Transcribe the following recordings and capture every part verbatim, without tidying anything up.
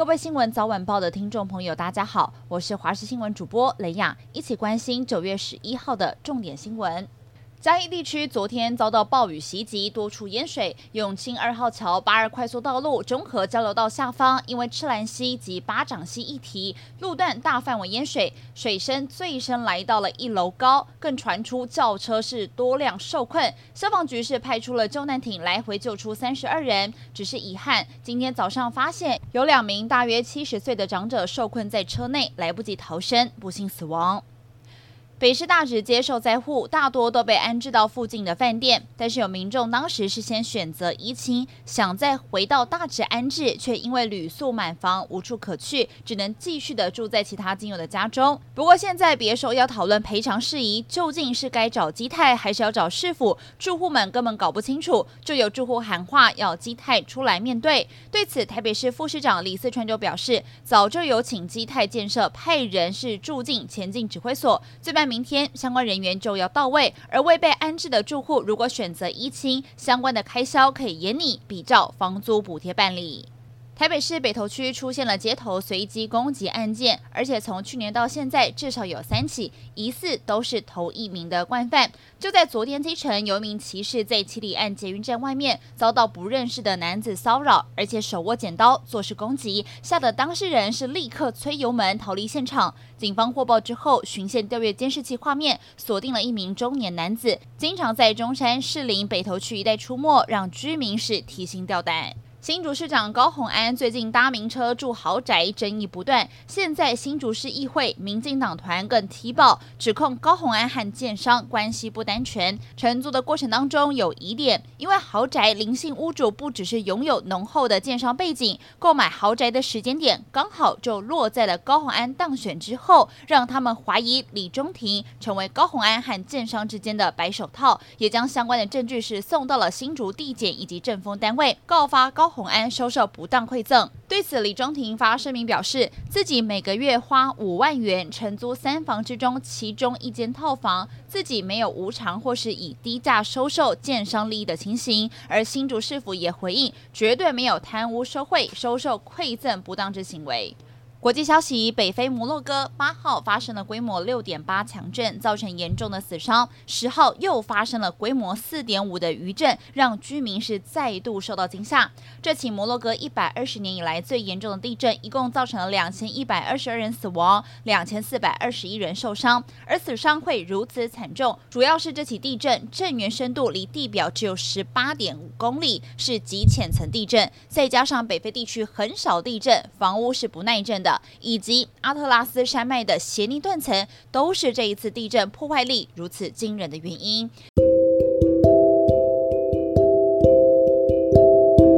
各位新闻早晚报的听众朋友大家好，我是华视新闻主播雷雅，一起关心九月十一号的重点新闻。嘉义地区昨天遭到暴雨袭击，多处淹水，永清二号桥八二快速道路中和交流道下方因为赤兰溪及巴掌溪一堤路段大范围淹水，水深最深来到了一楼高，更传出轿车是多辆受困，消防局是派出了救难艇来回救出三十二人，只是遗憾今天早上发现有两名大约七十岁的长者受困在车内，来不及逃生，不幸死亡。北市大直街受灾户大多都被安置到附近的饭店，但是有民众当时是先选择移亲，想再回到大直安置，却因为旅宿满房无处可去，只能继续的住在其他亲友的家中。不过现在别说要讨论赔偿事宜，究竟是该找基泰还是要找市府，住户们根本搞不清楚，就有住户喊话要基泰出来面对。对此，台北市副市长李四川就表示，早就有请基泰建设派人是住进前进指挥所，最慢明天相关人员就要到位，而未被安置的住户如果选择依亲，相关的开销可以严拟比照房租补贴办理。台北市北投区出现了街头随机攻击案件，而且从去年到现在至少有三起，疑似都是同一名的惯犯。就在昨天清晨，有一名骑士在七里岸捷运站外面遭到不认识的男子骚扰，而且手握剪刀作势攻击，吓得当事人是立刻催油门逃离现场。警方获报之后，循线调阅监视器画面，锁定了一名中年男子，经常在中山、士林、北投区一带出没，让居民是提心吊胆。新竹市长高虹安最近搭名车住豪宅，争议不断。现在新竹市议会民进党团更踢爆，指控高虹安和建商关系不单纯，承租的过程当中有疑点，因为豪宅林姓屋主不只是拥有浓厚的建商背景，购买豪宅的时间点刚好就落在了高虹安当选之后，让他们怀疑李中庭成为高虹安和建商之间的白手套，也将相关的证据是送到了新竹地检以及政风单位，告发高虹安收受不当馈赠。对此，李中庭发声明表示，自己每个月花五万元承租三房之中其中一间套房，自己没有无偿或是以低价收受建商利益的情形。而新竹市府也回应，绝对没有贪污受贿、收受馈赠不当之行为。国际消息，北非摩洛哥八号发生了规模六点八强震，造成严重的死伤。十号又发生了规模四点五的余震，让居民是再度受到惊吓。这起摩洛哥一百二十年以来最严重的地震，一共造成了两千一百二十二人死亡，两千四百二十一人受伤。而死伤会如此惨重，主要是这起地震震源深度离地表只有十八点五公里，是极浅层地震。再加上北非地区很少地震，房屋是不耐震的，以及阿特拉斯山脉的斜泥断层，都是这一次地震破坏力如此惊人的原因。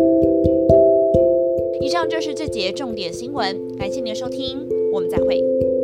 以上就是这节重点新闻，感谢您的收听，我们再会。